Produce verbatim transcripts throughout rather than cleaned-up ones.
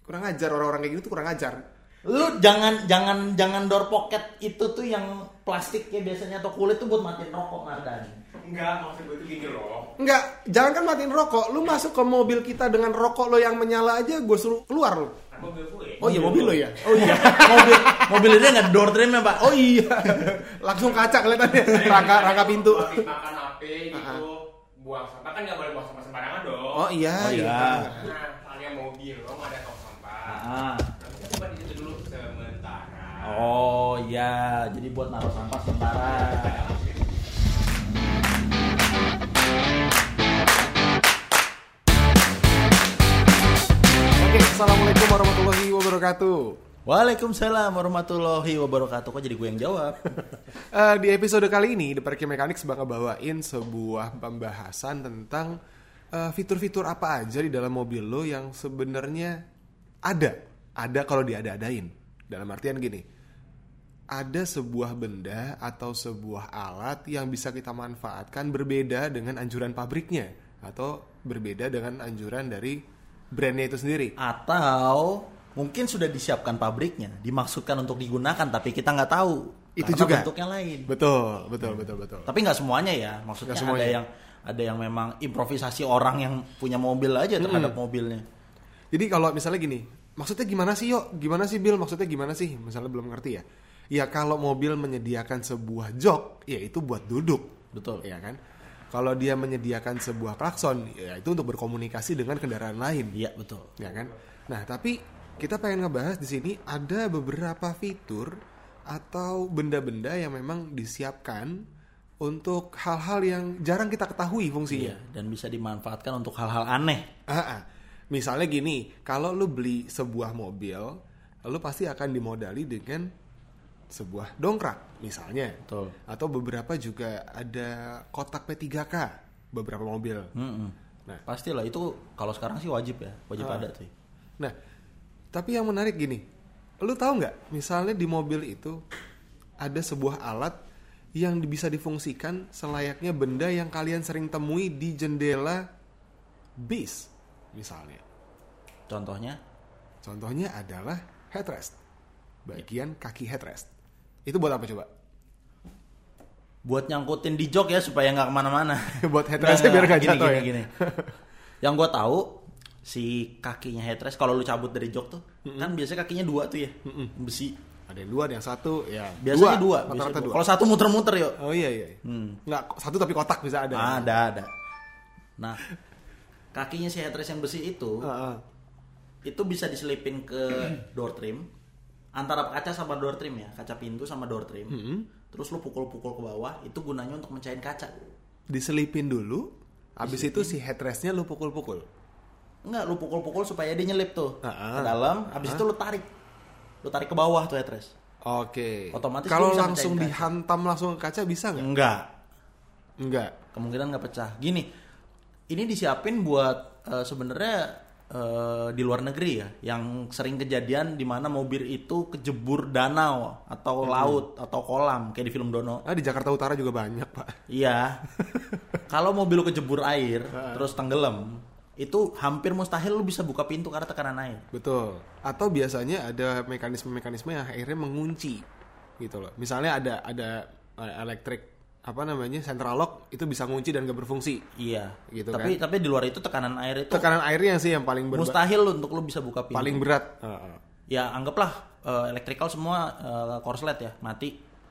kurang ajar, orang-orang kayak gitu tuh kurang ajar. Lu jangan jangan jangan door pocket itu tuh yang plastik ya biasanya atau kulit tuh buat matiin rokok Mardani. Enggak, maksud gue tuh gini loh. Enggak, jangan kan matiin rokok. Lu masuk ke mobil kita dengan rokok lo yang menyala aja, gue suruh keluar lo. Mobil gue. Oh iya mobil lo ya. Oh iya. mobil mobil dia nggak door trimnya Pak. Oh iya. Langsung kaca kelihatannya. Rangka rangka pintu. Habis makan H P gitu, buang sampah kan nggak boleh buang sampah sembarangan dong. Oh iya. Oh, iya. Nah, soalnya mobil lo nggak ada tong sampah. Ah. Kita coba di situ dulu sementara. Oh iya, jadi buat naruh sampah sementara. Oke, assalamualaikum warahmatullahi wabarakatuh. Waalaikumsalam warahmatullahi wabarakatuh. Kok jadi gue yang jawab? uh, Di episode kali ini, The Parking Mechanics bakal bawain sebuah pembahasan tentang uh, fitur-fitur apa aja di dalam mobil lo yang sebenarnya ada. Ada kalau diada-adain. Dalam artian gini, ada sebuah benda atau sebuah alat yang bisa kita manfaatkan berbeda dengan anjuran pabriknya atau berbeda dengan anjuran dari brandnya itu sendiri. Atau mungkin sudah disiapkan pabriknya, dimaksudkan untuk digunakan, tapi kita nggak tahu. Itu karena juga bentuknya lain. Betul, betul, betul, betul. Tapi nggak semuanya ya, maksudnya Nggak semuanya. ada yang ada yang memang improvisasi orang yang punya mobil aja terhadap Hmm. mobilnya. Jadi kalau misalnya gini, maksudnya gimana sih Yo? Gimana sih Bill? Maksudnya gimana sih? Misalnya belum ngerti ya. Ya kalau mobil menyediakan sebuah jok, ya itu buat duduk. Betul. Ya kan? Kalau dia menyediakan sebuah klakson, ya itu untuk berkomunikasi dengan kendaraan lain. Iya betul. Ya kan? Nah, tapi kita pengen ngebahas di sini ada beberapa fitur atau benda-benda yang memang disiapkan untuk hal-hal yang jarang kita ketahui fungsinya. Iya, dan bisa dimanfaatkan untuk hal-hal aneh. Ah, ah. Misalnya gini, kalau lu beli sebuah mobil, lu pasti akan dimodali dengan sebuah dongkrak misalnya. Betul. Atau beberapa juga ada kotak P tiga K beberapa mobil. Mm-mm. Nah, Pastilah itu kalau sekarang sih wajib ya, wajib Ah. ada tuh. Nah, tapi yang menarik gini, lu tahu nggak? Misalnya di mobil itu ada sebuah alat yang bisa difungsikan selayaknya benda yang kalian sering temui di jendela bis, misalnya. Contohnya? Contohnya adalah headrest, bagian kaki headrest. Itu buat apa coba? Buat nyangkutin di jok ya supaya nggak kemana-mana. Buat headrestnya biar nggak gini, jatuh gini, ya. gini. Yang gue tahu si kakinya headrest kalau lu cabut dari jok tuh Mm-mm. kan biasanya kakinya dua tuh ya, Mm-mm. besi. Ada yang dua, ada yang satu, ya. Biasanya dua. Rata-rata biasanya dua. dua. Kalau satu muter-muter yuk. Oh iya iya. Hmm. Nggak satu tapi kotak bisa ada. Ada ada. Nah kakinya si headrest yang besi itu Ah, ah. itu bisa diselipin ke door trim antara kaca sama door trim ya, kaca pintu sama door trim. Mm-mm. Terus lu pukul-pukul ke bawah, itu gunanya untuk mencahin kaca. Diselipin dulu, habis itu si headrestnya lu pukul-pukul. Enggak, lu pukul-pukul supaya dia nyelip tuh Ah, ah. ke dalam, habis Ah. itu lu tarik. Lu tarik ke bawah tuh headrest. Oke. Otomatis kalau dia bisa langsung mecahin kaca. dihantam langsung ke kaca bisa nggak? Enggak, Enggak. kemungkinan nggak pecah. Gini, ini disiapin buat eh, sebenarnya eh, di luar negeri ya, yang sering kejadian di mana mobil itu kejebur danau atau Hmm. laut atau kolam kayak di film Dono. Ah, di Jakarta Utara juga banyak, Pak. Iya. Kalau mobil lu kejebur air Ah. terus tenggelam, itu hampir mustahil lu bisa buka pintu karena tekanan air. Betul. Atau biasanya ada mekanisme-mekanisme yang akhirnya mengunci gitu loh. Misalnya ada ada uh, elektrik apa namanya central lock itu bisa ngunci dan gak berfungsi. Iya. Gitu tapi kan. tapi di luar itu tekanan air itu Tekanan airnya sih yang paling berba- mustahil lu untuk lu bisa buka pintu. paling berat. Uh, uh. Ya anggaplah eh, electrical semua eh, korslet ya mati.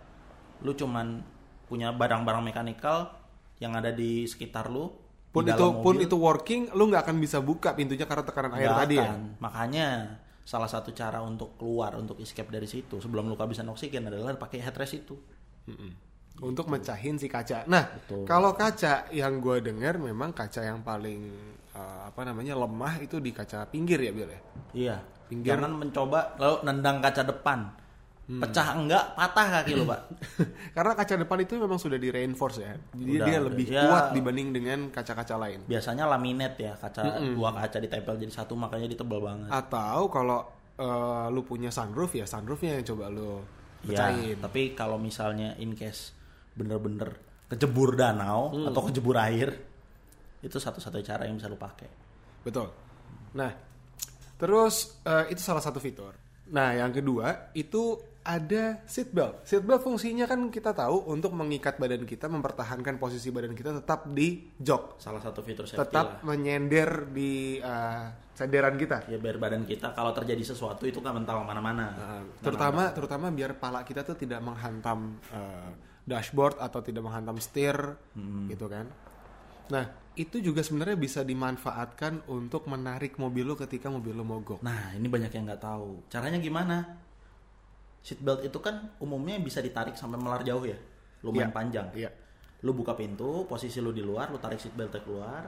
Lu cuman punya barang-barang mekanikal yang ada di sekitar lu. Pun di itu dalam pun mobil, itu working, lu nggak akan bisa buka pintunya karena tekanan air nggak tadi ya. akan. Makanya salah satu cara untuk keluar untuk escape dari situ sebelum lu kehabisan oksigen adalah pakai headrest itu. Mm-mm. Untuk mecahin si kaca. Nah, Betul. kalau kaca yang gue dengar memang kaca yang paling uh, apa namanya lemah itu di kaca pinggir ya, Bil ya. Iya. Pinggir. Jangan mencoba lalu nendang kaca depan. Hmm. Pecah enggak, patah kaki lu, Pak. Karena kaca depan itu memang sudah di reinforce ya. Jadi Udah, dia udah. lebih Ya. kuat dibanding dengan kaca-kaca lain. Biasanya laminate ya, kaca Mm-mm. dua kaca ditempel jadi satu makanya dia tebal banget. Atau kalau uh, lu punya sunroof ya sunroofnya yang coba lu Ya, pecahin. tapi kalau misalnya in case bener-bener kejebur danau Hmm. atau kejebur air, itu satu-satunya cara yang bisa lu pakai. Betul. Nah, Terus uh, itu salah satu fitur. Nah, yang kedua itu ada seatbelt. Seatbelt fungsinya kan kita tahu untuk mengikat badan kita, mempertahankan posisi badan kita tetap di jok. Salah satu fitur safety Tetap lah. menyender di uh, senderan kita. Ya biar badan kita kalau terjadi sesuatu itu kan mental kemana-mana. Uh, terutama terutama biar pala kita tuh tidak menghantam uh, dashboard atau tidak menghantam setir, hmm. gitu kan. Nah, itu juga sebenarnya bisa dimanfaatkan untuk menarik mobil lo ketika mobil lo mogok. Nah, ini banyak yang nggak tahu. Caranya gimana? Seatbelt itu kan umumnya bisa ditarik sampai melar jauh ya, lumayan Iya. panjang. Iya. Lu buka pintu, posisi lu di luar, lu tarik seatbeltnya keluar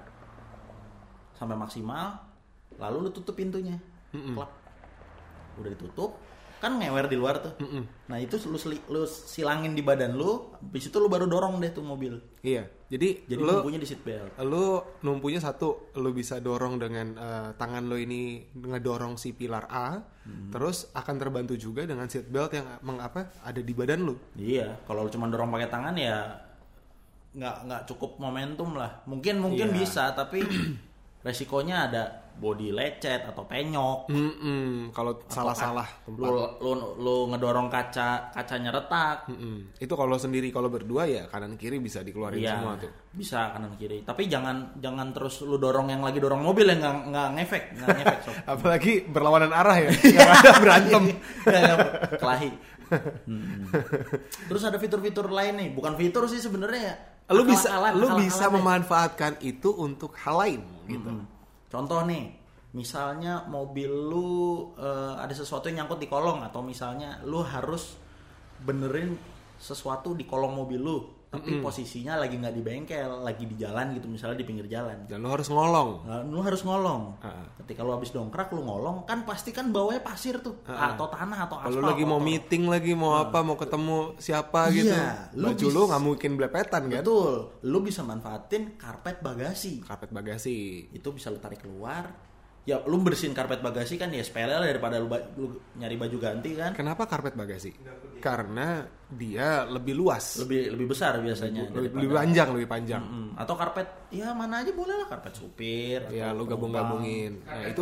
sampai maksimal, lalu lu tutup pintunya, klap, udah ditutup, kan ngewer di luar tuh. Mm-mm. Nah itu lu, seli, lu silangin di badan lu, habis itu lu baru dorong deh tuh mobil. Iya. Jadi, Jadi lo numpunya di seatbelt. lu numpunya satu, lu bisa dorong dengan uh, tangan lo ini ngedorong si pilar A, hmm. terus akan terbantu juga dengan seat belt yang mengapa ada di badan lu. Iya, kalau lu cuma dorong pakai tangan ya nggak nggak cukup momentum lah. Mungkin mungkin Iya. bisa, tapi resikonya ada body lecet atau penyok. Mm-mm, kalau salah-salah tempat. Lu, lu lu ngedorong kaca kacanya retak. Mm-mm. Itu kalau sendiri, kalau berdua ya kanan kiri bisa dikeluarin Iya, semua tuh. bisa kanan kiri. Tapi jangan jangan terus lu dorong yang lagi dorong mobil yang nggak nggak ngefek, nggak ngefek. Sob. Apalagi berlawanan arah ya, yang ada berantem. Nggak, nggak, kelahi. Hmm. Terus ada fitur-fitur lain nih, bukan fitur sih sebenarnya ya. Lu bisa, Akal-akalan, lu akal-akalan bisa ya. memanfaatkan itu untuk hal lain gitu. Hmm. Contoh nih, misalnya mobil lu uh, ada sesuatu yang nyangkut di kolong, atau misalnya lu harus benerin sesuatu di kolong mobil lu, tapi Mm-mm. posisinya lagi nggak di bengkel, lagi di jalan gitu, misalnya di pinggir jalan. Dan lu harus ngolong. Nah, lu harus ngolong. Uh-uh. Ketika lu habis dongkrak lu ngolong, kan pasti kan bawahnya pasir tuh, Uh-uh. atau tanah atau aspal. Kalau lagi mau kotor. meeting lagi mau apa, mau ketemu siapa gitu, Iya, lu baju bis- lu nggak mungkin belepetan kan? Betul, lu bisa manfaatin karpet bagasi. Karpet bagasi. Itu bisa lu tarik keluar. Ya lu bersihin karpet bagasi kan ya sepele lah daripada lu, ba- lu nyari baju ganti kan. Kenapa karpet bagasi? Karena dia lebih luas, Lebih lebih besar biasanya. lebih, daripada- lebih panjang, lebih panjang. Mm-mm. Atau karpet ya mana aja boleh lah, karpet supir. Ya atau lu penumpang. gabung-gabungin. Nah itu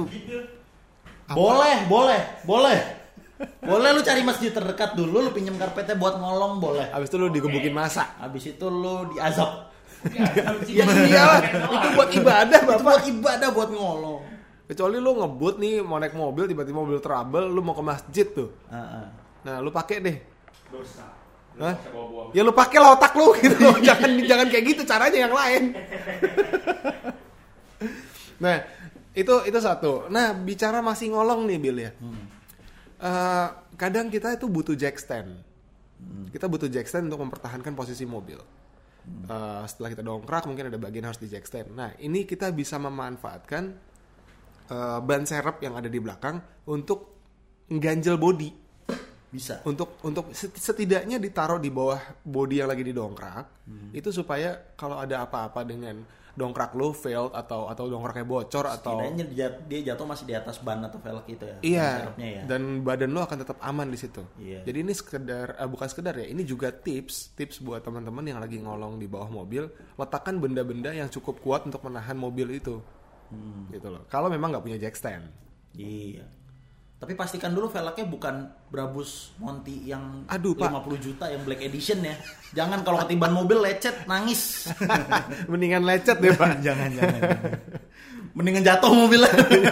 Boleh, boleh, boleh. Boleh lu cari masjid terdekat dulu, lu pinjam karpetnya buat ngolong boleh. habis itu lu digebukin masa. Habis itu lu diazab. Ya, Ya iyalah, itu buat ibadah Itu bapak. buat ibadah, buat ngolong. Kecuali lu ngebut nih mau naik mobil, tiba-tiba mobil trouble, lu mau ke masjid tuh. Uh-uh. Nah lu pakai deh. dosa. Hah? Dosa bawa-bawa. Ya lu pakai lah otak lu gitu. jangan jangan kayak gitu, caranya yang lain. Nah itu itu satu. Nah bicara masih ngolong nih Bill ya. Hmm. Uh, kadang kita itu butuh jack stand. Hmm. Kita butuh jack stand untuk mempertahankan posisi mobil. Uh, setelah kita dongkrak mungkin ada bagian harus di jack stand. Nah ini kita bisa memanfaatkan uh, ban serep yang ada di belakang untuk ngganjel body. Bisa. Untuk untuk set- setidaknya ditaruh di bawah body yang lagi didongkrak. Hmm. Itu supaya kalau ada apa-apa dengan dongkrak lo failed atau atau dongkraknya bocor atau Setidaknya dia, dia jatuh masih di atas ban atau velg gitu ya. iya, serepnya ya. dan badan lo akan tetap aman di situ. Iya. Jadi ini sekedar eh, bukan sekedar ya, ini juga tips tips buat teman-teman yang lagi ngolong di bawah mobil, letakkan benda-benda yang cukup kuat untuk menahan mobil itu, Hmm. gitu loh. Kalau memang nggak punya jack stand, Iya. Tapi pastikan dulu velgnya bukan Brabus Monty yang Aduh, Pak. lima puluh juta yang black edition ya. Jangan kalau ketiban mobil lecet nangis. mendingan lecet deh pak. jangan, jangan, jangan. Mendingan jatuh mobilnya.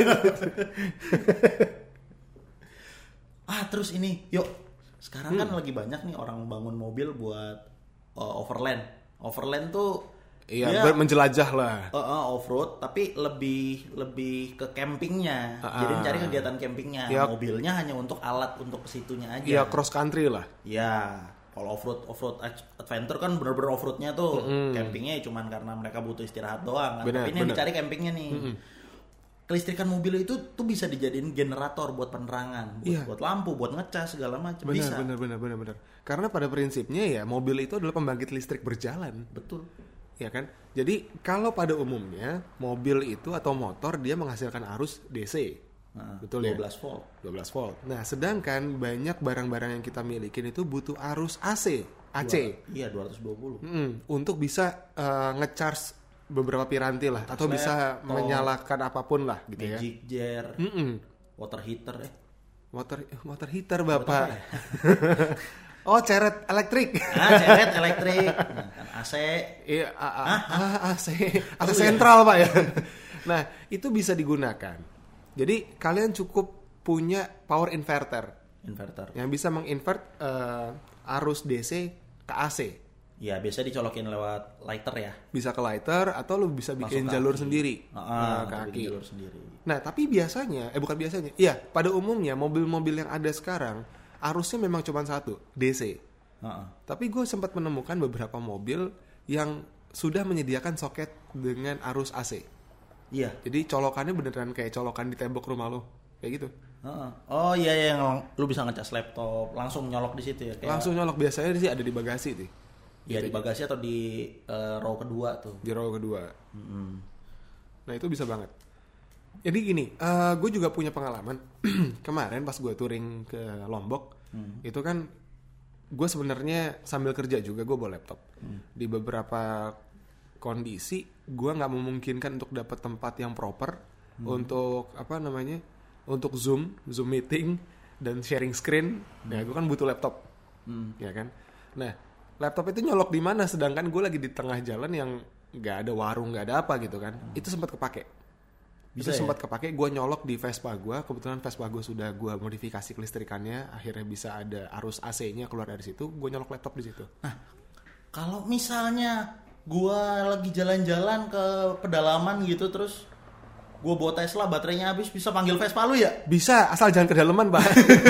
ah, terus ini, yuk. Sekarang kan lagi banyak nih orang bangun mobil buat uh, overland. Overland tuh Iya, dia, ber- menjelajah lah. Uh, uh, off-road tapi lebih lebih ke campingnya. Uh, Jadi uh. cari kegiatan campingnya. Ya. Mobilnya hanya untuk alat untuk kesitunya aja. Iya, cross country lah. Ya, kalau off-road off-road adventure kan bener-bener off-roadnya tuh. Campingnya ya cuman karena mereka butuh istirahat doang kan. Bener, Tapi ini yang bener. dicari campingnya nih. Kelistrikan mobil itu tuh bisa dijadiin generator buat penerangan, buat, Iya. buat lampu, buat ngecas segala macam. Benar, Bisa. benar, benar, benar, benar. Karena pada prinsipnya ya mobil itu adalah pembangkit listrik berjalan. Betul. Ya kan? Jadi kalau pada umumnya mobil itu atau motor dia menghasilkan arus D C. Nah, Betul ya? dua belas volt. dua belas volt. Nah, sedangkan banyak barang-barang yang kita milikin itu butuh arus A C, A C. Dua- Iya, dua ratus dua puluh. Mm, untuk bisa uh, nge-charge beberapa piranti lah atau Laptop, bisa menyalakan apapun lah gitu ya. Magic jar. Mm-mm. water heater eh. Water water heater Bapak. Oh, ceret elektrik. Ah, ceret elektrik. Nah, kan A C. Iya, A, A, Hah? A, A C, A C Oh, sentral Pak ya. Nah, itu bisa digunakan. Jadi kalian cukup punya power inverter Inverter. yang bisa menginvert uh, arus D C ke A C. Ya, biasa dicolokin lewat lighter ya. Bisa ke lighter atau lu bisa bikin Masuk jalur kaki. sendiri. Ah, Nah, atau kaki. bikin jalur sendiri. Nah, tapi biasanya, eh bukan biasanya, iya pada umumnya mobil-mobil yang ada sekarang arusnya memang cuma satu, D C. Heeh. Tapi gue sempat menemukan beberapa mobil yang sudah menyediakan soket dengan arus A C. Iya. Jadi colokannya beneran kayak colokan di tembok rumah lo, kayak gitu. Heeh. Oh iya iya, yang lu bisa ngecas laptop, langsung nyolok di situ ya. Kayak, Langsung nyolok, biasanya sih ada di bagasi tuh. ya di bagasi atau di eh, row kedua tuh. Di row kedua. Mm-hmm. Nah itu bisa banget. Jadi gini, uh, gue juga punya pengalaman kemarin pas gue touring ke Lombok, hmm. itu kan gue sebenarnya sambil kerja juga gue bawa laptop. Hmm. Di beberapa kondisi gue nggak memungkinkan untuk dapat tempat yang proper hmm. untuk apa namanya, untuk zoom, zoom meeting dan sharing screen. Hmm. Ya gue kan butuh laptop, hmm. ya kan. Nah laptop itu nyolok di mana? Sedangkan gue lagi di tengah jalan yang nggak ada warung, nggak ada apa gitu kan. Hmm. Itu sempat kepake. Bisa itu sempat ya? Kepake, gue nyolok di Vespa gue. Kebetulan Vespa gue sudah gue modifikasi kelistrikannya, akhirnya bisa ada arus A C-nya keluar dari situ. Gue nyolok laptop di situ. Nah, kalau misalnya gue lagi jalan-jalan ke pedalaman gitu, terus gue bawa Tesla, baterainya habis, bisa panggil Vespa lu ya? Bisa, asal jangan kedalaman, Pak.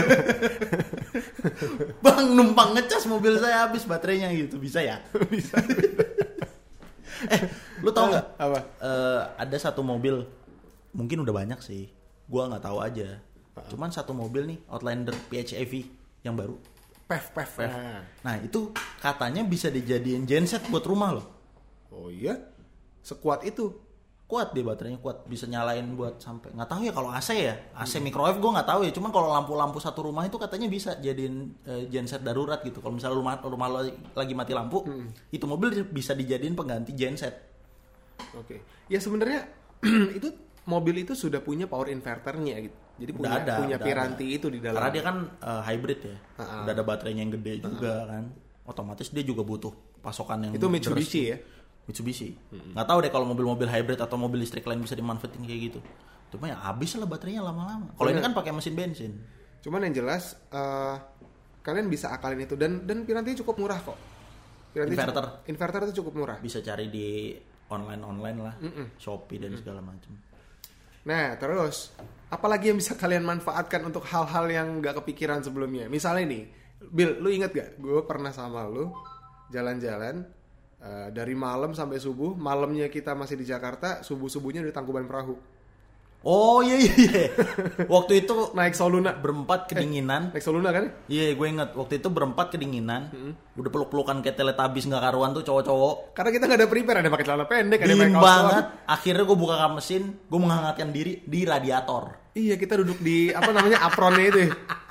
Bang, numpang ngecas mobil saya habis baterainya gitu, bisa ya? Bisa. eh, lu tau nggak? Apa? Uh, ada satu mobil. Mungkin udah banyak sih, gue nggak tahu aja. Uh-huh. Cuman satu mobil nih, Outlander P H E V yang baru. P E V, P E V. Nah. nah itu katanya bisa dijadiin genset buat rumah loh. Oh iya? Sekuat itu? Kuat dia, baterainya kuat, bisa nyalain buat sampai. Nggak tahu ya kalau A C ya, A C hmm. microwave gue nggak tahu ya. Cuman kalau lampu-lampu satu rumah itu katanya bisa jadiin uh, genset darurat gitu. Kalau misalnya rumah rumah lo lagi mati lampu, hmm. itu mobil bisa dijadiin pengganti genset. Oke. Okay. Ya sebenarnya itu mobil itu sudah punya power inverternya gitu. Jadi udah punya ada, punya udah piranti ada. itu di dalam. Karena dia kan uh, hybrid ya. Uh-huh. Udah ada baterainya yang gede uh-huh. juga kan. Otomatis dia juga butuh pasokan yang itu Mitsubishi deres. Ya. Mitsubishi. Hmm. Nggak tahu deh kalau mobil-mobil hybrid atau mobil listrik lain bisa dimanfaatin kayak gitu. Cuma ya habis lah baterainya lama-lama. Kalau ini kan pakai mesin bensin. Cuman yang jelas uh, kalian bisa akalin itu dan dan pirantinya cukup murah kok. Piranti inverter. Cukup, inverter itu cukup murah. Bisa cari di online-online lah, Mm-mm. Shopee dan Mm. segala macam. Nah, terus apalagi yang bisa kalian manfaatkan untuk hal-hal yang nggak kepikiran sebelumnya? Misalnya nih, Bill, lu inget gak? Gue pernah sama lu jalan-jalan uh, dari malam sampai subuh. Malamnya kita masih di Jakarta, subuh-subuhnya di Tangkuban Perahu. Oh iya iya. Waktu itu naik Soluna berempat kedinginan. Eh, naik Soluna kan? Iya, gue inget. Waktu itu berempat kedinginan. Mm-hmm. Udah peluk-pelukan kayak Teletubbies nggak karuan tuh cowok-cowok. Karena kita nggak ada prepare, ada pakai celana pendek, ada pakai kaos banget. Akhirnya gue buka kamar mesin, gue menghangatkan diri di radiator. Iya, kita duduk di apa namanya apronnya itu.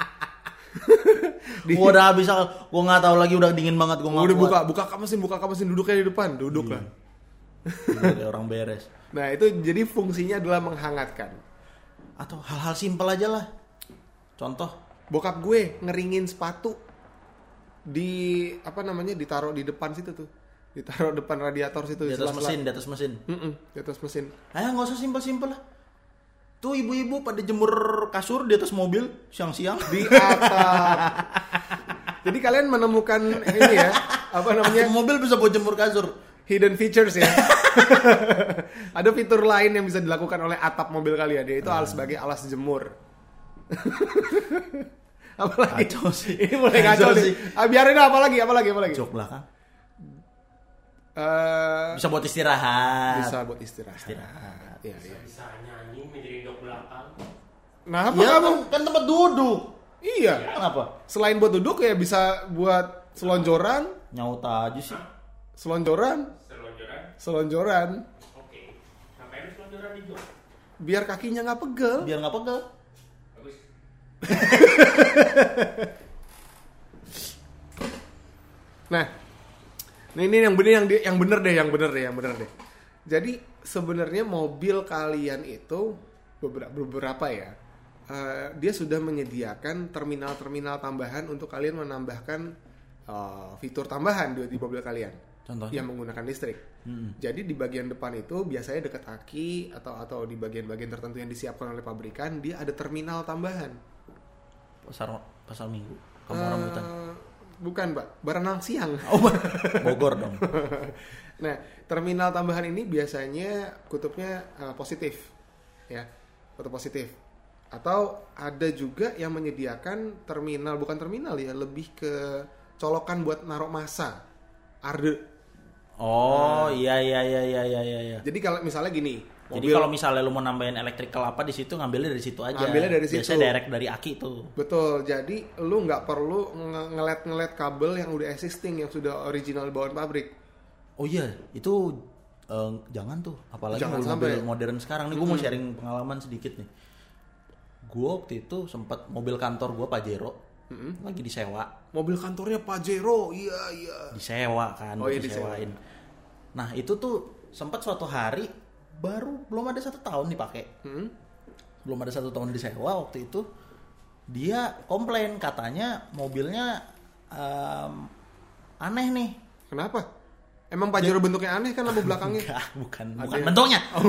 Di... Gue udah habis, gue nggak tahu lagi, udah dingin banget. Gue udah buka buka kamar mesin, buka kamar mesin, duduknya di depan, duduk iya. lah. Kayak orang beres. Nah itu jadi fungsinya adalah menghangatkan. Atau hal-hal simpel aja lah. Contoh, bokap gue ngeringin sepatu di apa namanya ditaruh di depan situ tuh, ditaruh depan radiator situ. Di atas selas, mesin, di atas mesin. Mm-mm, di atas mesin. Ah nggak usah simpel-simpel lah. Tuh ibu-ibu pada jemur kasur di atas mobil siang-siang di atap. Jadi kalian menemukan ini ya, apa namanya? Atap mobil bisa buat jemur kasur. Hidden features ya. Ada fitur lain yang bisa dilakukan oleh atap mobil kalian, yaitu hmm. alas sebagai alas jemur. Apalagi? Kacau sih. Ini mulai kacau sih. Ah, biarin apa lagi? Apa lagi? Apa lagi? Jok belakang. Uh, bisa buat istirahat. Bisa buat istirahat. Istirahat. Iya, iya. Bisa nyanyi menjadi jok belakang. Nah, apa ya, kamu? Kan tempat duduk. Iya. Ya, kenapa? Selain buat duduk ya bisa buat selonjoran. Nyaut aja sih. Selonjoran. Selonjoran. Selonjoran. Oke. Ngapain selonjoran di jok? Biar kakinya nggak pegel. Biar nggak pegel. Bagus. Nah, ini yang bener yang yang bener deh, yang bener deh, yang bener deh. Jadi sebenarnya mobil kalian itu beberapa, beberapa ya uh, dia sudah menyediakan terminal-terminal tambahan untuk kalian menambahkan uh, fitur tambahan di, di mobil kalian. Contohnya? Yang menggunakan listrik. Hmm. Jadi di bagian depan itu biasanya dekat aki atau atau di bagian-bagian tertentu yang disiapkan oleh pabrikan dia ada terminal tambahan. Pasar pasar Minggu. Kamu uh, rambutan. Bukan, Pak. Baranang Siang. Oh, Bogor dong. Nah, terminal tambahan ini biasanya kutubnya uh, positif. Ya. Kutub positif. Atau ada juga yang menyediakan terminal, bukan terminal ya, lebih ke colokan buat naruh massa. Arde. Oh, nah. iya iya iya iya iya iya. Jadi kalau misalnya gini, mobil, jadi kalau misalnya lu mau nambahin electrical apa di situ ngambilnya dari situ aja. Ngambilnya dari situ. Biasanya direct dari aki tuh. Betul. Jadi lu nggak perlu ngelet-ngelet kabel yang udah existing yang sudah original bawaan pabrik. Oh iya, itu uh, jangan tuh. Apalagi jangan mobil modern sekarang nih. Gue hmm. mau sharing pengalaman sedikit nih. Gue waktu itu sempat mobil kantor gue Pajero. Mm-hmm. Lagi disewa. Mobil kantornya Pajero, iya iya. Disewa kan, oh, iya, disewain. Disewa. Nah itu tuh sempat suatu hari baru belum ada satu tahun dipakai, mm-hmm. belum ada satu tahun disewa waktu itu dia komplain katanya mobilnya um, aneh nih. Kenapa? Emang Pajero dia... bentuknya aneh kan lampu belakangnya? Enggak, bukan, ada bukan bentuknya. Oh,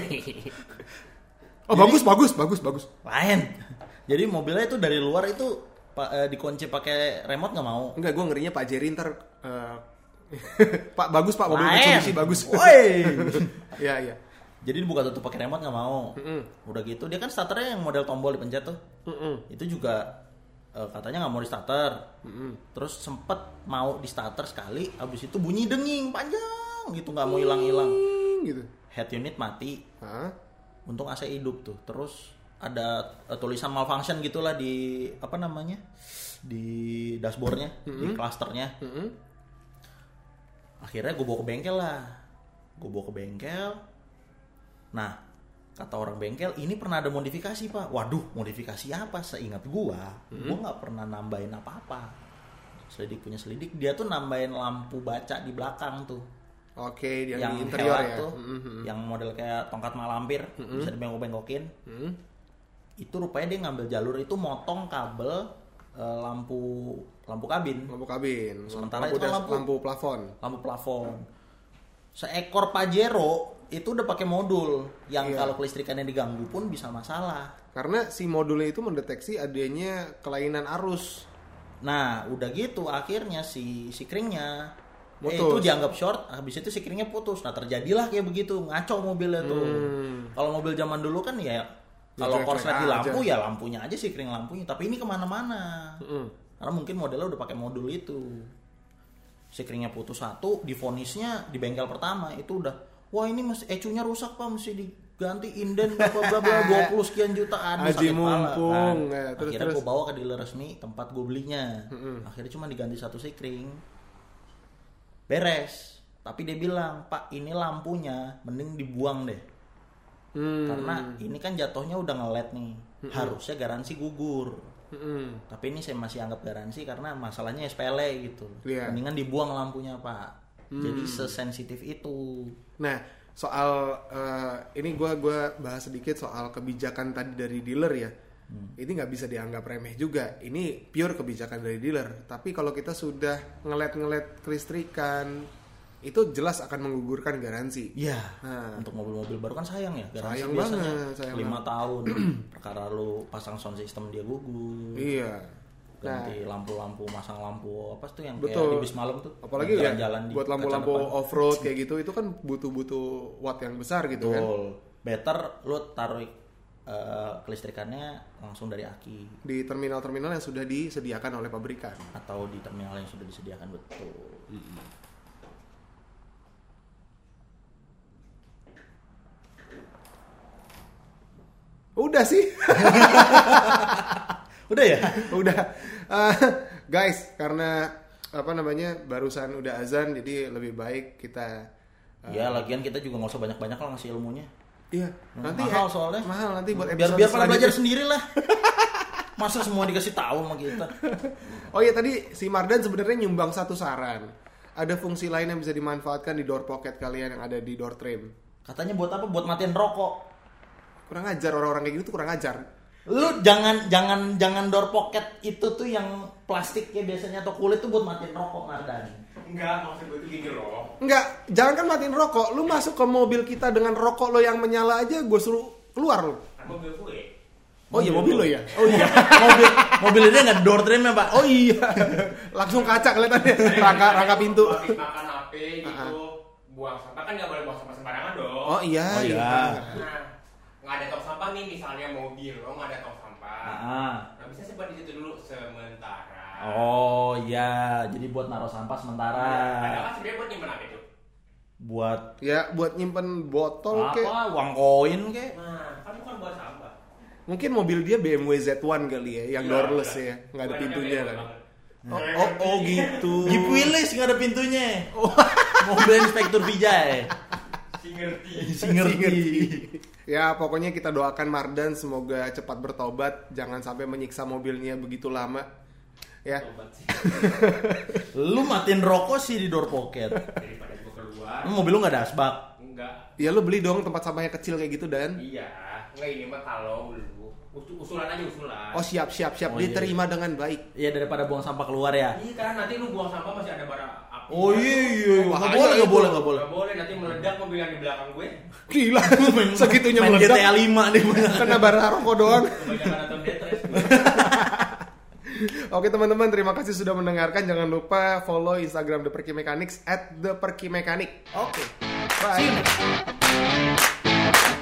oh bagus bagus bagus bagus. Lain. Jadi mobilnya itu dari luar itu Pak eh, dikunci pakai remote nggak mau? Enggak, gue ngerinya Pak Jerry ntar uh, Pak bagus Pak mobil Mitsubishi bagus. Woi. Iya iya. Jadi dibuka tutup pakai remote nggak mau. Mm-mm. Udah gitu dia kan starternya yang model tombol dipencet tuh. Mm-mm. Itu juga uh, katanya nggak mau di starter. Mm-mm. Terus sempet mau di starter sekali, abis itu bunyi denging panjang gitu nggak mau hilang-hilang. Gitu. Head unit mati. Hah? Untung A C hidup tuh. Terus ada uh, tulisan malfunction gitulah di apa namanya di dashboardnya, mm-hmm. di klasternya. Mm-hmm. Akhirnya gue bawa ke bengkel lah, gue bawa ke bengkel. Nah kata orang bengkel ini pernah ada modifikasi pak. Waduh modifikasi apa? Seingat gue, mm-hmm. gue nggak pernah nambahin apa-apa. Selidik punya selidik, dia tuh nambahin lampu baca di belakang tuh. Oke, yang, yang di interior ya. Tuh, mm-hmm. yang model kayak tongkat malampir, mm-hmm. bisa dibengkok-bengkokin. Mm-hmm. Itu rupanya dia ngambil jalur itu motong kabel uh, lampu lampu kabin. Lampu kabin. Sementara lampu itu das, lampu lampu plafon. Lampu plafon. Seekor Pajero itu udah pakai modul yang iya. kalau kelistrikannya diganggu pun bisa masalah. Karena si modulnya itu mendeteksi adanya kelainan arus. Nah, udah gitu akhirnya si si kringnya eh, itu dianggap short, habis itu si kringnya putus. Nah, terjadilah kayak begitu, ngaco mobilnya tuh. Hmm. Kalau mobil zaman dulu kan ya kalau korslet di lampu aja. Ya lampunya aja sih kering lampunya, tapi ini kemana-mana. Mm. Karena mungkin modelnya udah pakai modul itu. Sikringnya putus satu, divonisnya di bengkel pertama itu udah, wah ini masih ecunya rusak pak, mesti diganti inden bla bla bla dua puluh sekian juta ada sakit kepala kan. Ya, terus, akhirnya gue bawa ke dealer resmi tempat gue belinya. Mm-hmm. Akhirnya cuma diganti satu sikring, beres. Tapi dia bilang pak ini lampunya mending dibuang deh. Hmm. Karena ini kan jatuhnya udah nge-L E D nih, hmm. harusnya garansi gugur. Hmm. Tapi ini saya masih anggap garansi karena masalahnya sepele gitu. Yeah. Mendingan dibuang lampunya pak. Hmm. Jadi sesensitif itu. Nah soal uh, ini gue gua bahas sedikit soal kebijakan tadi dari dealer ya. Hmm. Ini nggak bisa dianggap remeh juga. Ini pure kebijakan dari dealer. Tapi kalau kita sudah nge-L E D nge-L E D kelistrikan itu jelas akan menggugurkan garansi. Iya. Nah, untuk mobil-mobil baru kan sayang ya. Garansi sayang biasanya banget, sayang lima banget. tahun. Perkara lu pasang sound system dia gugur. Iya. Ganti nah, lampu-lampu, masang lampu apa tuh yang betul. kayak di bis malam tuh. Apalagi ya, jalan buat lampu-lampu off-road kayak gitu itu kan butuh-butuh watt yang besar gitu. Betul. Kan. Better lu taruh uh, kelistrikannya langsung dari aki. Di terminal-terminal yang sudah disediakan oleh pabrikan atau di terminal yang sudah disediakan betul. Mm-hmm. Udah sih. Udah ya? Udah. Uh, guys, karena apa namanya barusan udah azan, jadi lebih baik kita. Iya, uh, lagian kita juga nggak usah banyak-banyak lah ngasih ilmunya. Iya. Nanti mahal soalnya. Mahal nanti buat episode. Biar biar pada belajar sendiri lah. Masa semua dikasih tahu sama kita. Oh iya tadi si Mardan sebenarnya nyumbang satu saran. Ada fungsi lain yang bisa dimanfaatkan di door pocket kalian yang ada di door trim. Katanya buat apa? Buat matiin rokok. Kurang ajar orang-orang kayak gitu tuh kurang ajar. Lu jangan jangan jangan door pocket itu tuh yang plastiknya biasanya atau kulit tuh buat matiin rokok Mardan. Enggak, maksud gue tuh gini loh. Enggak, jangan kan matiin rokok. Lu masuk ke mobil kita dengan rokok lo yang menyala aja, gue suruh keluar lo. Kan mobil gue. Oh iya, mobil lo ya? Oh iya, mobil mobil dia nggak door trim ya Pak? Oh iya, langsung kaca kelihatannya, rangka rangka pintu. Habis makan H P gitu, buang sampah kan nggak boleh buang sampah sembarangan dong. Oh iya, Oh, iya. Nah, nggak ada tong sampah nih, misalnya mobil lo nggak ada tong sampah. Ah. Nah bisa sih buat di situ dulu sementara. Oh iya, jadi buat naruh sampah sementara. Padahal kan sebenarnya buat nyimpen apa itu? Buat Ya buat nyimpen botol apa? kek. Uang koin kek? Nah, kan bukan buat sampah. Mungkin mobil dia B M W Z satu kali ya, yang Iya, doorless iya. ya, nggak ada Bukan pintunya yang kan. banget. Oh, oh, oh gitu. Jeep Willys nggak ada pintunya. Mobil Inspektur Vijay. Si ngerti. Si ngerti. Ya pokoknya kita doakan Mardan semoga cepat bertobat, jangan sampai menyiksa mobilnya begitu lama. Ya. Tobat sih. Lu matiin rokok sih di door pocket. Daripada gue keluar. Mobil lu nggak ada asbak. Enggak. Ya lu beli dong tempat sampahnya kecil kayak gitu Dan. Iya. Enggak ini mah kalau lu us- usulan aja usulan. Oh siap siap siap Oh, iya. diterima dengan baik. Iya daripada buang sampah keluar ya. Iya kan nanti lu buang sampah masih ada bara api. Oh iya iya, Wah, nggak bahaya boleh nggak itu. boleh nggak boleh. Gak boleh nanti meledak mobil yang di belakang gue. Gila, segitunya Main G T A meledak. lima deh. Kena bara rokok doang. Kebanyakan nonton Death Oke teman-teman, terima kasih sudah mendengarkan. Jangan lupa follow Instagram The Perky Mechanics at The Perky Mechanic. Oke. Bye. See you next.